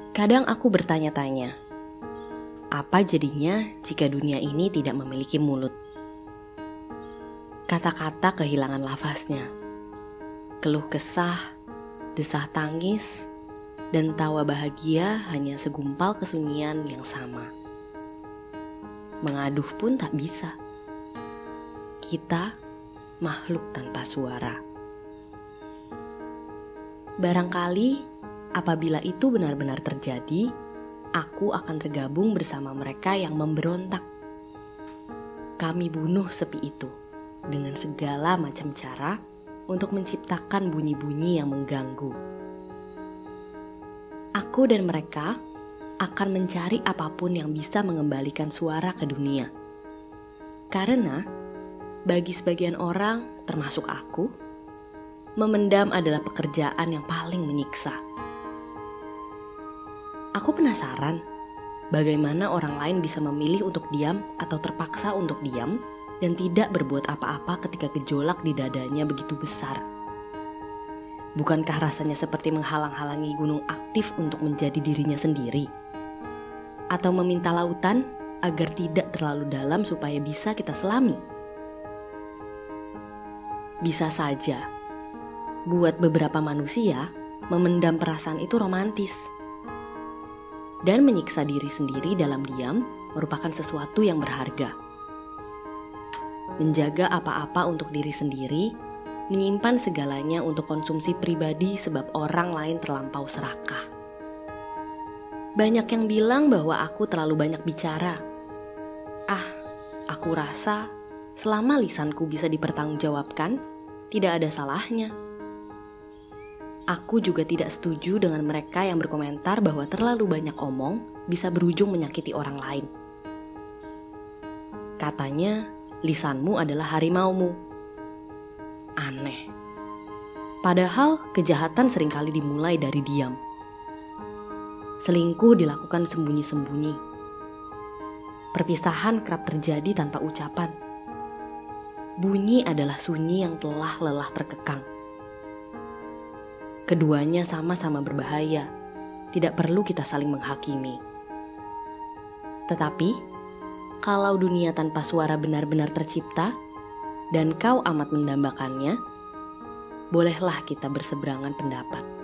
Kadang aku bertanya-tanya, apa jadinya jika dunia ini tidak memiliki mulut? Kata-kata kehilangan lafaznya, keluh kesah, desah tangis, dan tawa bahagia hanya segumpal kesunyian yang sama. Mengaduh pun tak bisa. Kita makhluk tanpa suara. Barangkali apabila itu benar-benar terjadi, aku akan tergabung bersama mereka yang memberontak. Kami bunuh sepi itu dengan segala macam cara untuk menciptakan bunyi-bunyi yang mengganggu. Aku dan mereka akan mencari apapun yang bisa mengembalikan suara ke dunia. Karena bagi sebagian orang, termasuk aku, memendam adalah pekerjaan yang paling menyiksa. Aku penasaran bagaimana orang lain bisa memilih untuk diam atau terpaksa untuk diam dan tidak berbuat apa-apa ketika gejolak di dadanya begitu besar. Bukankah rasanya seperti menghalang-halangi gunung aktif untuk menjadi dirinya sendiri? Atau meminta lautan agar tidak terlalu dalam supaya bisa kita selami? Bisa saja, buat beberapa manusia, memendam perasaan itu romantis. Dan menyiksa diri sendiri dalam diam merupakan sesuatu yang berharga. Menjaga apa-apa untuk diri sendiri, menyimpan segalanya untuk konsumsi pribadi sebab orang lain terlampau serakah. Banyak yang bilang bahwa aku terlalu banyak bicara. Aku rasa selama lisanku bisa dipertanggungjawabkan, tidak ada salahnya. Aku juga tidak setuju dengan mereka yang berkomentar bahwa terlalu banyak omong bisa berujung menyakiti orang lain. Katanya, lisanmu adalah harimaumu. Aneh. Padahal kejahatan seringkali dimulai dari diam. Selingkuh dilakukan sembunyi-sembunyi. Perpisahan kerap terjadi tanpa ucapan. Bunyi adalah sunyi yang telah lelah terkekang. Keduanya sama-sama berbahaya, tidak perlu kita saling menghakimi. Tetapi, kalau dunia tanpa suara benar-benar tercipta, dan kau amat mendambakannya, bolehlah kita berseberangan pendapat.